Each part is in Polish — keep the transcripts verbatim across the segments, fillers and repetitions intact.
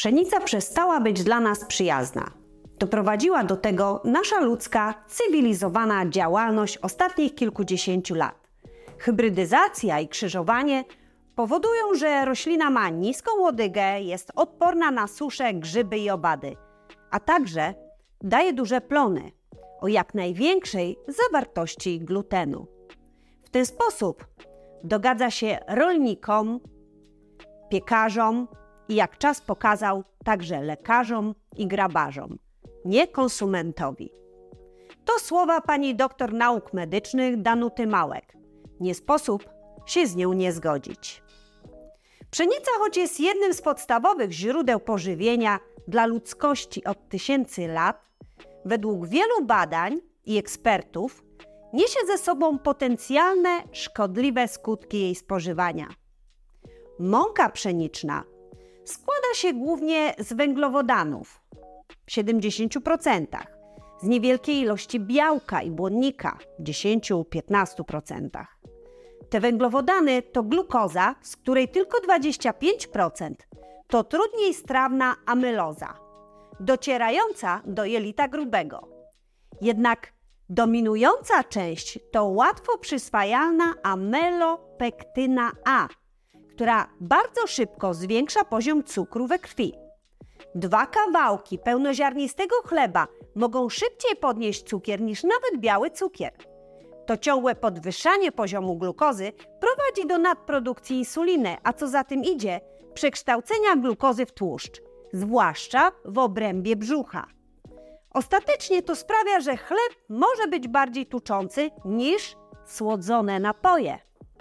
Pszenica przestała być dla nas przyjazna. Doprowadziła do tego nasza ludzka, cywilizowana działalność ostatnich kilkudziesięciu lat. Hybrydyzacja i krzyżowanie powodują, że roślina ma niską łodygę, jest odporna na suszę, grzyby i owady, a także daje duże plony o jak największej zawartości glutenu. W ten sposób dogadza się rolnikom, piekarzom i jak czas pokazał, także lekarzom i grabarzom, nie konsumentowi. To słowa pani doktor nauk medycznych Danuty Małek. Nie sposób się z nią nie zgodzić. Pszenica, choć jest jednym z podstawowych źródeł pożywienia dla ludzkości od tysięcy lat, według wielu badań i ekspertów niesie ze sobą potencjalne szkodliwe skutki jej spożywania. Mąka pszeniczna składa się głównie z węglowodanów w siedemdziesięciu procentach, z niewielkiej ilości białka i błonnika w dziesięciu do piętnastu procent. Te węglowodany to glukoza, z której tylko dwadzieścia pięć procent to trudniej strawna amyloza, docierająca do jelita grubego. Jednak dominująca część to łatwo przyswajalna amelopektyna A, która bardzo szybko zwiększa poziom cukru we krwi. Dwa kawałki pełnoziarnistego chleba mogą szybciej podnieść cukier niż nawet biały cukier. To ciągłe podwyższanie poziomu glukozy prowadzi do nadprodukcji insuliny, a co za tym idzie, przekształcenia glukozy w tłuszcz, zwłaszcza w obrębie brzucha. Ostatecznie to sprawia, że chleb może być bardziej tuczący niż słodzone napoje.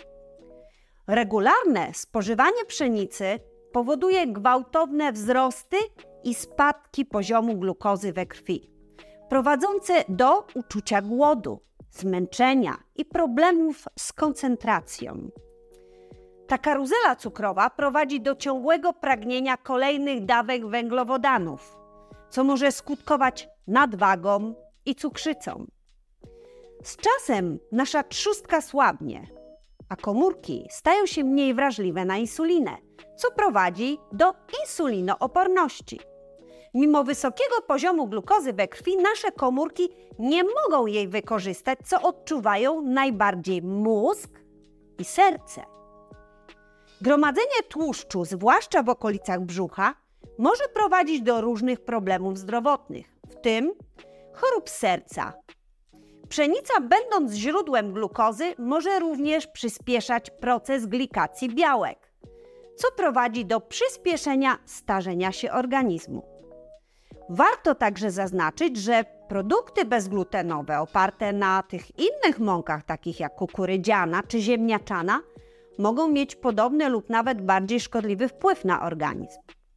Regularne spożywanie pszenicy powoduje gwałtowne wzrosty i spadki poziomu glukozy we krwi, prowadzące do uczucia głodu, zmęczenia i problemów z koncentracją. Ta karuzela cukrowa prowadzi do ciągłego pragnienia kolejnych dawek węglowodanów, co może skutkować nadwagą i cukrzycą. Z czasem nasza trzustka słabnie, a komórki stają się mniej wrażliwe na insulinę, co prowadzi do insulinooporności. Mimo wysokiego poziomu glukozy we krwi nasze komórki nie mogą jej wykorzystać, co odczuwają najbardziej mózg i serce. Gromadzenie tłuszczu, zwłaszcza w okolicach brzucha, może prowadzić do różnych problemów zdrowotnych, w tym chorób serca. Pszenica, będąc źródłem glukozy, może również przyspieszać proces glikacji białek, co prowadzi do przyspieszenia starzenia się organizmu. Warto także zaznaczyć, że produkty bezglutenowe oparte na tych innych mąkach, takich jak kukurydziana czy ziemniaczana, mogą mieć podobny lub nawet bardziej szkodliwy wpływ na organizm.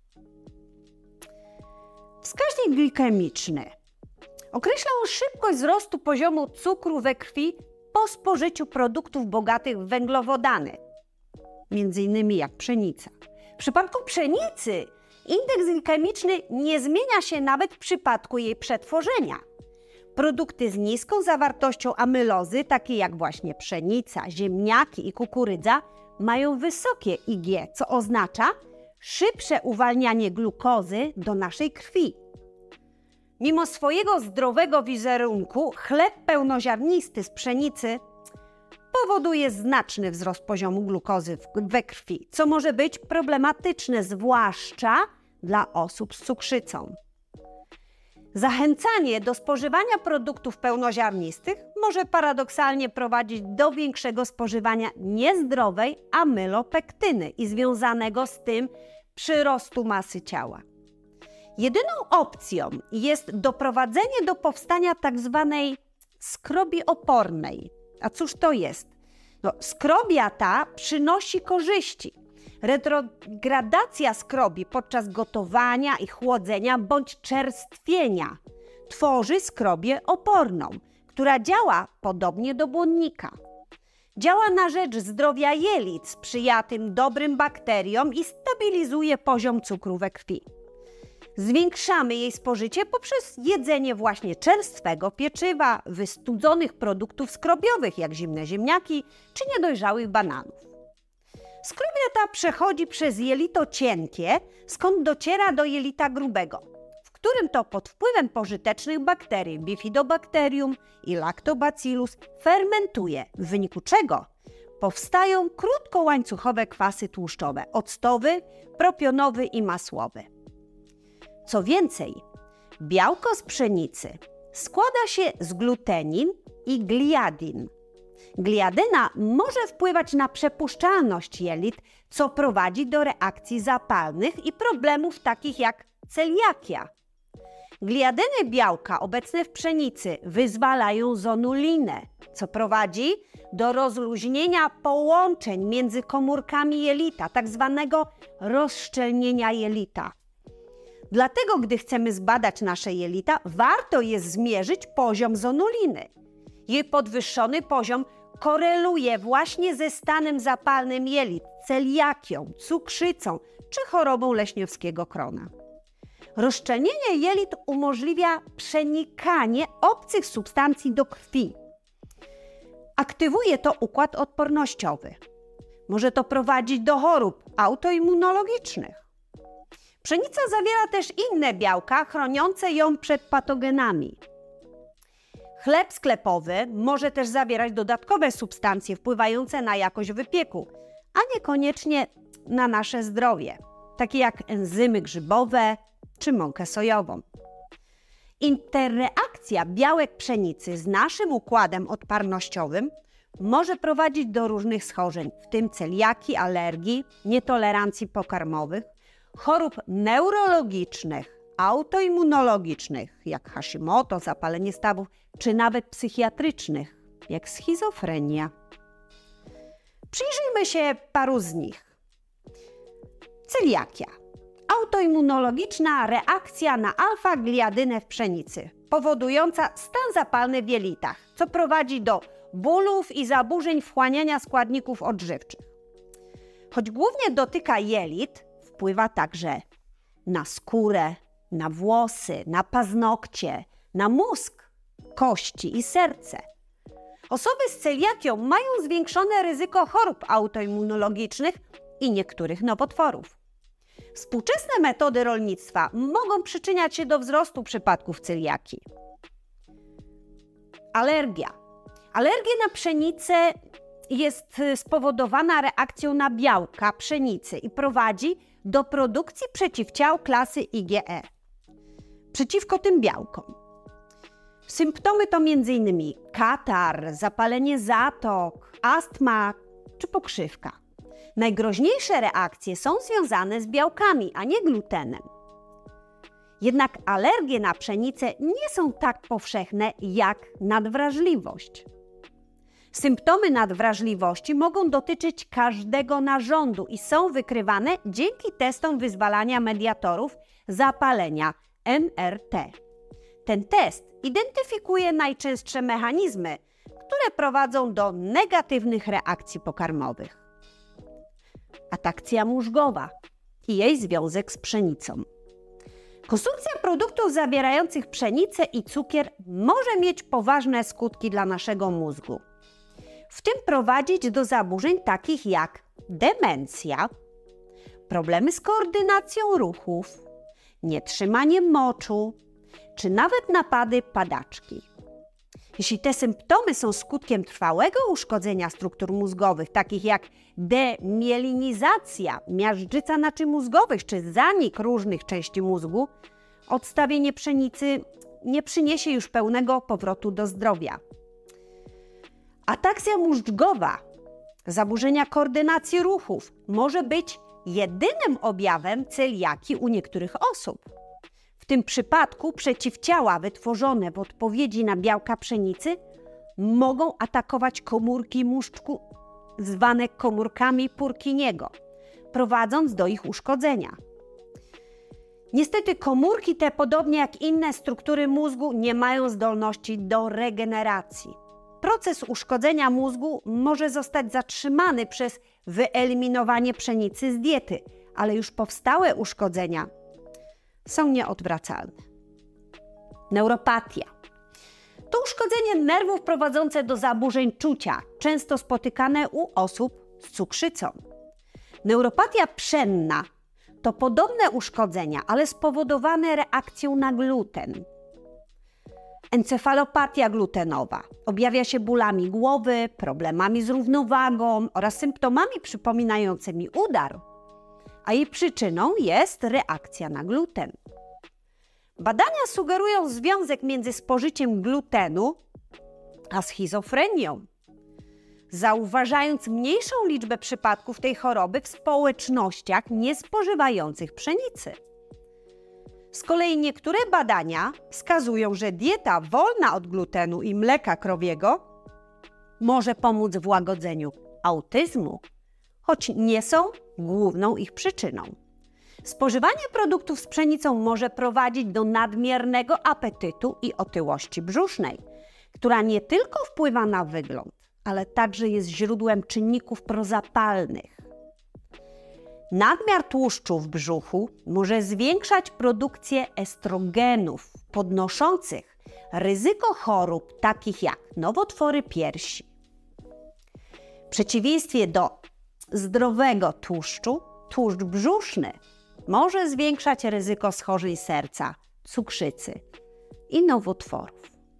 Wskaźnik glikemiczny określa szybkość wzrostu poziomu cukru we krwi po spożyciu produktów bogatych w węglowodany, między innymi jak pszenica. W przypadku pszenicy indeks glikemiczny nie zmienia się nawet w przypadku jej przetworzenia. Produkty z niską zawartością amylozy, takie jak właśnie pszenica, ziemniaki i kukurydza, mają wysokie I G, co oznacza szybsze uwalnianie glukozy do naszej krwi. Mimo swojego zdrowego wizerunku, chleb pełnoziarnisty z pszenicy powoduje znaczny wzrost poziomu glukozy we krwi, co może być problematyczne, zwłaszcza dla osób z cukrzycą. Zachęcanie do spożywania produktów pełnoziarnistych może paradoksalnie prowadzić do większego spożywania niezdrowej amylopektyny i związanego z tym przyrostu masy ciała. Jedyną opcją jest doprowadzenie do powstania tzw. skrobi opornej. A cóż to jest? No, skrobia ta przynosi korzyści. Retrogradacja skrobi podczas gotowania i chłodzenia bądź czerstwienia tworzy skrobię oporną, która działa podobnie do błonnika. Działa na rzecz zdrowia jelit, sprzyja tym dobrym bakteriom i stabilizuje poziom cukru we krwi. Zwiększamy jej spożycie poprzez jedzenie właśnie czerstwego pieczywa, wystudzonych produktów skrobiowych jak zimne ziemniaki czy niedojrzałych bananów. Skrobia ta przechodzi przez jelito cienkie, skąd dociera do jelita grubego, w którym to pod wpływem pożytecznych bakterii Bifidobacterium i Lactobacillus fermentuje, w wyniku czego powstają krótkołańcuchowe kwasy tłuszczowe, octowy, propionowy i masłowy. Co więcej, białko z pszenicy składa się z glutenin i gliadin. Gliadyna może wpływać na przepuszczalność jelit, co prowadzi do reakcji zapalnych i problemów takich jak celiakia. Gliadyny białka obecne w pszenicy wyzwalają zonulinę, co prowadzi do rozluźnienia połączeń między komórkami jelita, tak zwanego rozszczelnienia jelita. Dlatego, gdy chcemy zbadać nasze jelita, warto jest zmierzyć poziom zonuliny. Jej podwyższony poziom koreluje właśnie ze stanem zapalnym jelit, celiakią, cukrzycą czy chorobą leśniowskiego krona. Rozszczelnienie jelit umożliwia przenikanie obcych substancji do krwi. Aktywuje to układ odpornościowy. Może to prowadzić do chorób autoimmunologicznych. Pszenica zawiera też inne białka chroniące ją przed patogenami. Chleb sklepowy może też zawierać dodatkowe substancje wpływające na jakość wypieku, a niekoniecznie na nasze zdrowie, takie jak enzymy grzybowe czy mąkę sojową. Interreakcja białek pszenicy z naszym układem odpornościowym może prowadzić do różnych schorzeń, w tym celiakii, alergii, nietolerancji pokarmowych, chorób neurologicznych, autoimmunologicznych, jak Hashimoto, zapalenie stawów, czy nawet psychiatrycznych, jak schizofrenia. Przyjrzyjmy się paru z nich. Celiakia. Autoimmunologiczna reakcja na alfa-gliadynę w pszenicy, powodująca stan zapalny w jelitach, co prowadzi do bólów i zaburzeń wchłaniania składników odżywczych. Choć głównie dotyka jelit, wpływa także na skórę, na włosy, na paznokcie, na mózg, kości i serce. Osoby z celiakią mają zwiększone ryzyko chorób autoimmunologicznych i niektórych nowotworów. Współczesne metody rolnictwa mogą przyczyniać się do wzrostu przypadków celiakii. Alergia. Alergia na pszenicę jest spowodowana reakcją na białka pszenicy i prowadzi do produkcji przeciwciał klasy I G E przeciwko tym białkom. Symptomy to między innymi katar, zapalenie zatok, astma czy pokrzywka. Najgroźniejsze reakcje są związane z białkami, a nie glutenem. Jednak alergie na pszenicę nie są tak powszechne jak nadwrażliwość. Symptomy nadwrażliwości mogą dotyczyć każdego narządu i są wykrywane dzięki testom wyzwalania mediatorów zapalenia M R T. Ten test identyfikuje najczęstsze mechanizmy, które prowadzą do negatywnych reakcji pokarmowych. Atakcja mózgowa i jej związek z pszenicą. Konsumpcja produktów zawierających pszenicę i cukier może mieć poważne skutki dla naszego mózgu, w tym prowadzić do zaburzeń takich jak demencja, problemy z koordynacją ruchów, nietrzymanie moczu, czy nawet napady padaczki. Jeśli te symptomy są skutkiem trwałego uszkodzenia struktur mózgowych, takich jak demielinizacja, miażdżyca naczyń mózgowych czy zanik różnych części mózgu, odstawienie pszenicy nie przyniesie już pełnego powrotu do zdrowia. Atakcja mózgowa, zaburzenia koordynacji ruchów, może być jedynym objawem celiakii u niektórych osób. W tym przypadku przeciwciała wytworzone w odpowiedzi na białka pszenicy mogą atakować komórki mózgu zwane komórkami Purkinjego, prowadząc do ich uszkodzenia. Niestety komórki te, podobnie jak inne struktury mózgu, nie mają zdolności do regeneracji. Proces uszkodzenia mózgu może zostać zatrzymany przez wyeliminowanie pszenicy z diety, ale już powstałe uszkodzenia są nieodwracalne. Neuropatia. To uszkodzenie nerwów prowadzące do zaburzeń czucia, często spotykane u osób z cukrzycą. Neuropatia pszenna to podobne uszkodzenia, ale spowodowane reakcją na gluten. Encefalopatia glutenowa objawia się bólami głowy, problemami z równowagą oraz symptomami przypominającymi udar, a jej przyczyną jest reakcja na gluten. Badania sugerują związek między spożyciem glutenu a schizofrenią, zauważając mniejszą liczbę przypadków tej choroby w społecznościach niespożywających pszenicy. Z kolei niektóre badania wskazują, że dieta wolna od glutenu i mleka krowiego może pomóc w łagodzeniu autyzmu, choć nie są główną ich przyczyną. Spożywanie produktów z pszenicą może prowadzić do nadmiernego apetytu i otyłości brzusznej, która nie tylko wpływa na wygląd, ale także jest źródłem czynników prozapalnych. Nadmiar tłuszczu w brzuchu może zwiększać produkcję estrogenów, podnoszących ryzyko chorób takich jak nowotwory piersi. W przeciwieństwie do zdrowego tłuszczu, tłuszcz brzuszny może zwiększać ryzyko schorzeń serca, cukrzycy i nowotworów.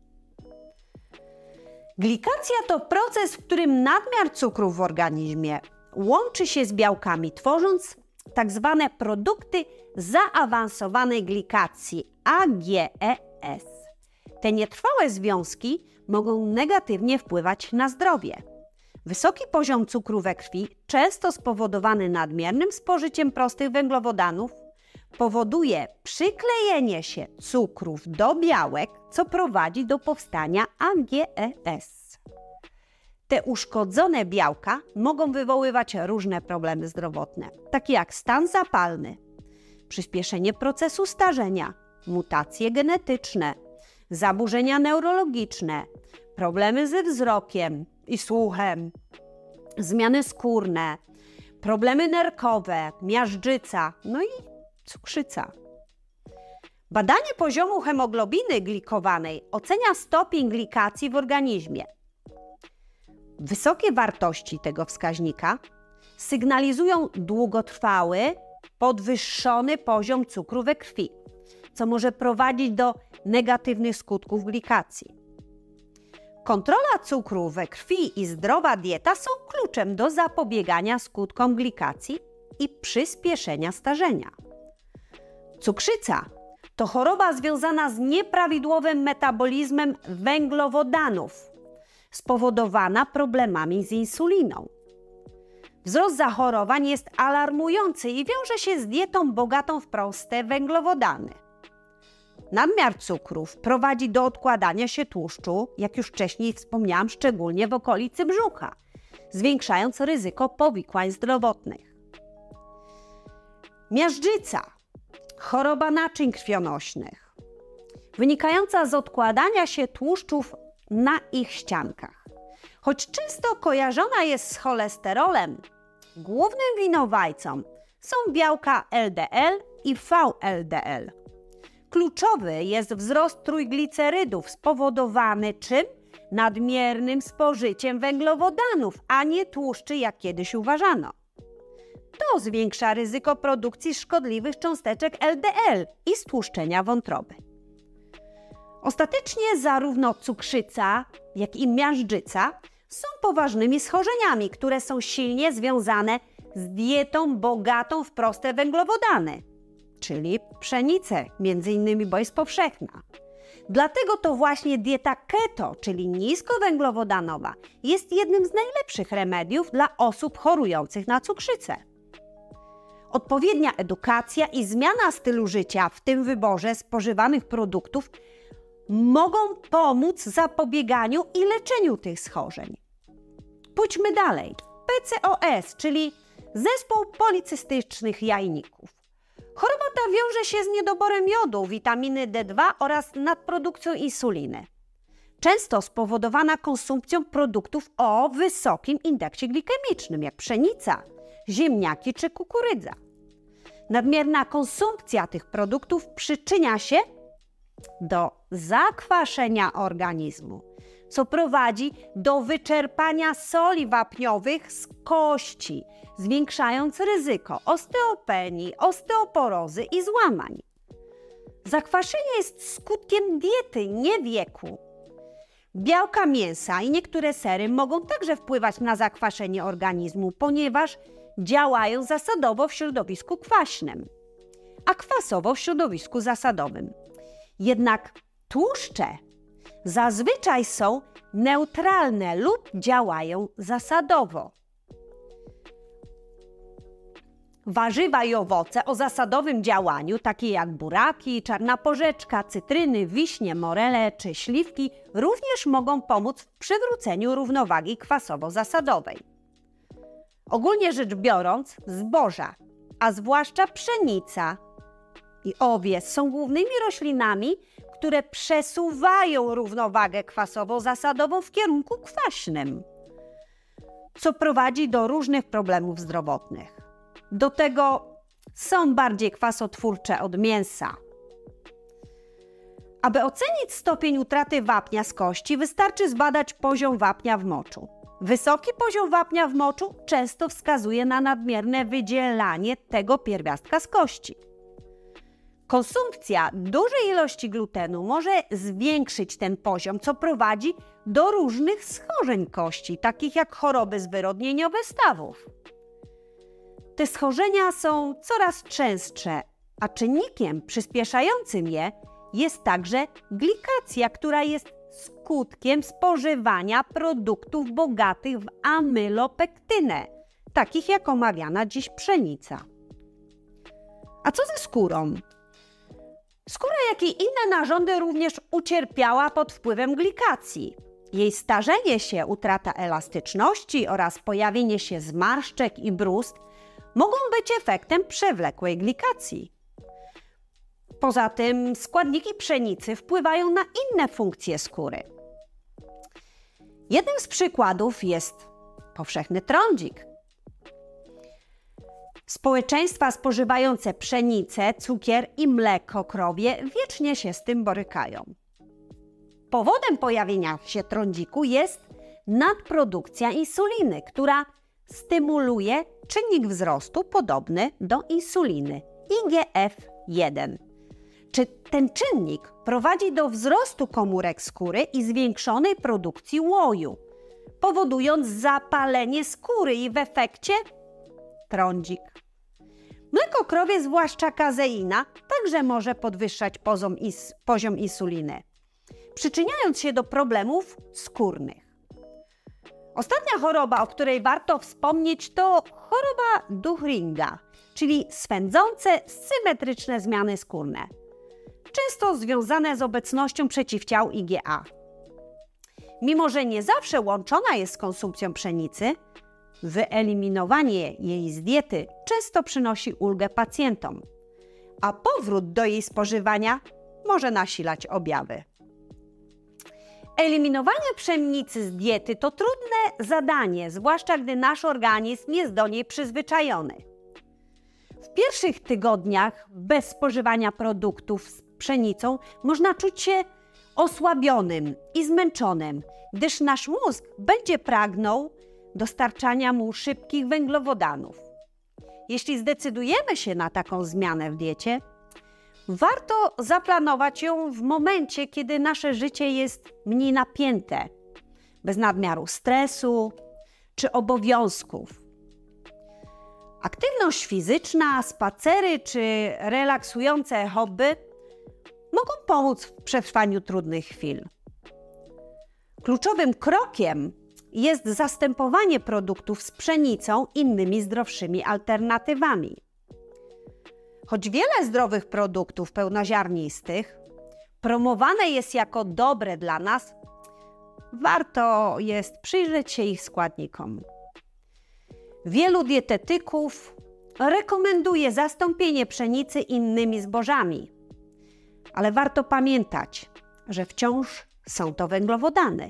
Glikacja to proces, w którym nadmiar cukru w organizmie łączy się z białkami, tworząc tak zwane produkty zaawansowanej glikacji A G E S. Te nietrwałe związki mogą negatywnie wpływać na zdrowie. Wysoki poziom cukru we krwi, często spowodowany nadmiernym spożyciem prostych węglowodanów, powoduje przyklejenie się cukrów do białek, co prowadzi do powstania A G E S. Te uszkodzone białka mogą wywoływać różne problemy zdrowotne, takie jak stan zapalny, przyspieszenie procesu starzenia, mutacje genetyczne, zaburzenia neurologiczne, problemy ze wzrokiem i słuchem, zmiany skórne, problemy nerkowe, miażdżyca, no i cukrzyca. Badanie poziomu hemoglobiny glikowanej ocenia stopień glikacji w organizmie. Wysokie wartości tego wskaźnika sygnalizują długotrwały, podwyższony poziom cukru we krwi, co może prowadzić do negatywnych skutków glikacji. Kontrola cukru we krwi i zdrowa dieta są kluczem do zapobiegania skutkom glikacji i przyspieszenia starzenia. Cukrzyca to choroba związana z nieprawidłowym metabolizmem węglowodanów, spowodowana problemami z insuliną. Wzrost zachorowań jest alarmujący i wiąże się z dietą bogatą w proste węglowodany. Nadmiar cukrów prowadzi do odkładania się tłuszczu, jak już wcześniej wspomniałam, szczególnie w okolicy brzucha, zwiększając ryzyko powikłań zdrowotnych. Miażdżyca, choroba naczyń krwionośnych, wynikająca z odkładania się tłuszczów na ich ściankach. Choć często kojarzona jest z cholesterolem, głównym winowajcą są białka L D L i V L D L. Kluczowy jest wzrost trójglicerydów spowodowany czym? Nadmiernym spożyciem węglowodanów, a nie tłuszczy, jak kiedyś uważano. To zwiększa ryzyko produkcji szkodliwych cząsteczek L D L i stłuszczenia wątroby. Ostatecznie zarówno cukrzyca, jak i miażdżyca są poważnymi schorzeniami, które są silnie związane z dietą bogatą w proste węglowodany, czyli pszenicę, między innymi, bo jest powszechna. Dlatego to właśnie dieta keto, czyli niskowęglowodanowa, jest jednym z najlepszych remediów dla osób chorujących na cukrzycę. Odpowiednia edukacja i zmiana stylu życia, w tym wyborze spożywanych produktów, mogą pomóc w zapobieganiu i leczeniu tych schorzeń. Pójdźmy dalej. P C O S, czyli zespół policystycznych jajników. Choroba ta wiąże się z niedoborem jodu, witaminy D dwa oraz nadprodukcją insuliny, często spowodowana konsumpcją produktów o wysokim indeksie glikemicznym, jak pszenica, ziemniaki czy kukurydza. Nadmierna konsumpcja tych produktów przyczynia się do zakwaszenia organizmu, co prowadzi do wyczerpania soli wapniowych z kości, zwiększając ryzyko osteopenii, osteoporozy i złamań. Zakwaszenie jest skutkiem diety, nie wieku. Białka mięsa i niektóre sery mogą także wpływać na zakwaszenie organizmu, ponieważ działają zasadowo w środowisku kwaśnym, a kwasowo w środowisku zasadowym. Jednak tłuszcze zazwyczaj są neutralne lub działają zasadowo. Warzywa i owoce o zasadowym działaniu, takie jak buraki, czarna porzeczka, cytryny, wiśnie, morele czy śliwki, również mogą pomóc w przywróceniu równowagi kwasowo-zasadowej. Ogólnie rzecz biorąc, zboża, a zwłaszcza pszenica i owies są głównymi roślinami, które przesuwają równowagę kwasowo-zasadową w kierunku kwaśnym, co prowadzi do różnych problemów zdrowotnych. Do tego są bardziej kwasotwórcze od mięsa. Aby ocenić stopień utraty wapnia z kości, wystarczy zbadać poziom wapnia w moczu. Wysoki poziom wapnia w moczu często wskazuje na nadmierne wydzielanie tego pierwiastka z kości. Konsumpcja dużej ilości glutenu może zwiększyć ten poziom, co prowadzi do różnych schorzeń kości, takich jak choroby zwyrodnieniowe stawów. Te schorzenia są coraz częstsze, a czynnikiem przyspieszającym je jest także glikacja, która jest skutkiem spożywania produktów bogatych w amylopektynę, takich jak omawiana dziś pszenica. A co ze skórą? Skóra, jak i inne narządy również ucierpiała pod wpływem glikacji. Jej starzenie się, utrata elastyczności oraz pojawienie się zmarszczek i bruzd mogą być efektem przewlekłej glikacji. Poza tym składniki pszenicy wpływają na inne funkcje skóry. Jednym z przykładów jest powszechny trądzik. Społeczeństwa spożywające pszenicę, cukier i mleko krowie wiecznie się z tym borykają. Powodem pojawienia się trądziku jest nadprodukcja insuliny, która stymuluje czynnik wzrostu podobny do insuliny I G F jeden. Czy ten czynnik prowadzi do wzrostu komórek skóry i zwiększonej produkcji łoju, powodując zapalenie skóry i w efekcie trądzik. Mleko krowie, zwłaszcza kazeina, także może podwyższać poziom, is- poziom insuliny, przyczyniając się do problemów skórnych. Ostatnia choroba, o której warto wspomnieć, to choroba Duchringa, czyli swędzące, symetryczne zmiany skórne, często związane z obecnością przeciwciał I G A. Mimo że nie zawsze łączona jest z konsumpcją pszenicy, wyeliminowanie jej z diety często przynosi ulgę pacjentom, a powrót do jej spożywania może nasilać objawy. Eliminowanie pszenicy z diety to trudne zadanie, zwłaszcza gdy nasz organizm jest do niej przyzwyczajony. W pierwszych tygodniach bez spożywania produktów z pszenicą można czuć się osłabionym i zmęczonym, gdyż nasz mózg będzie pragnął dostarczania mu szybkich węglowodanów. Jeśli zdecydujemy się na taką zmianę w diecie, warto zaplanować ją w momencie, kiedy nasze życie jest mniej napięte, bez nadmiaru stresu czy obowiązków. Aktywność fizyczna, spacery czy relaksujące hobby mogą pomóc w przetrwaniu trudnych chwil. Kluczowym krokiem jest zastępowanie produktów z pszenicą innymi zdrowszymi alternatywami. Choć wiele zdrowych produktów pełnoziarnistych promowane jest jako dobre dla nas, warto jest przyjrzeć się ich składnikom. Wielu dietetyków rekomenduje zastąpienie pszenicy innymi zbożami, ale warto pamiętać, że wciąż są to węglowodany.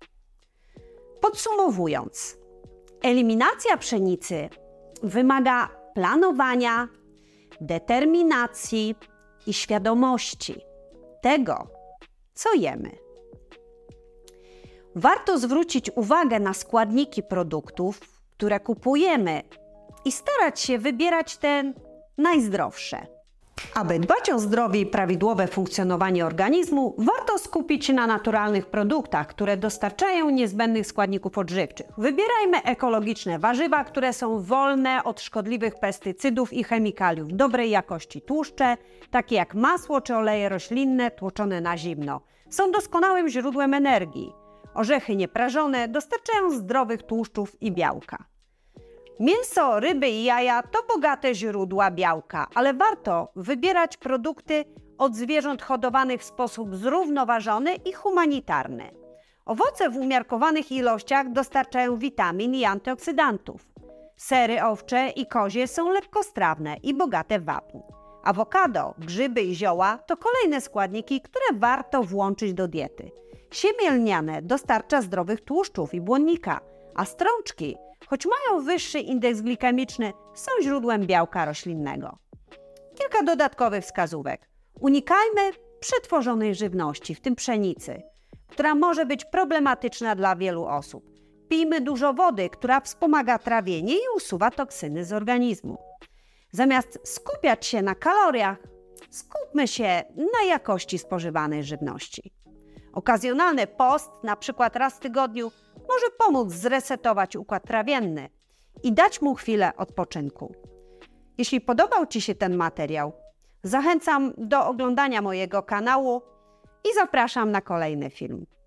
Podsumowując, eliminacja pszenicy wymaga planowania, determinacji i świadomości tego, co jemy. Warto zwrócić uwagę na składniki produktów, które kupujemy i starać się wybierać te najzdrowsze. Aby dbać o zdrowie i prawidłowe funkcjonowanie organizmu, warto skupić się na naturalnych produktach, które dostarczają niezbędnych składników odżywczych. Wybierajmy ekologiczne warzywa, które są wolne od szkodliwych pestycydów i chemikaliów, dobrej jakości tłuszcze, takie jak masło czy oleje roślinne tłoczone na zimno. Są doskonałym źródłem energii. Orzechy nieprażone dostarczają zdrowych tłuszczów i białka. Mięso, ryby i jaja to bogate źródła białka, ale warto wybierać produkty od zwierząt hodowanych w sposób zrównoważony i humanitarny. Owoce w umiarkowanych ilościach dostarczają witamin i antyoksydantów. Sery owcze i kozie są lekkostrawne i bogate w wapń. Awokado, grzyby i zioła to kolejne składniki, które warto włączyć do diety. Siemię lniane dostarcza zdrowych tłuszczów i błonnika, a strączki, choć mają wyższy indeks glikemiczny, są źródłem białka roślinnego. Kilka dodatkowych wskazówek. Unikajmy przetworzonej żywności, w tym pszenicy, która może być problematyczna dla wielu osób. Pijmy dużo wody, która wspomaga trawienie i usuwa toksyny z organizmu. Zamiast skupiać się na kaloriach, skupmy się na jakości spożywanej żywności. Okazjonalny post, na przykład raz w tygodniu, może pomóc zresetować układ trawienny i dać mu chwilę odpoczynku. Jeśli podobał Ci się ten materiał, zachęcam do oglądania mojego kanału i zapraszam na kolejny film.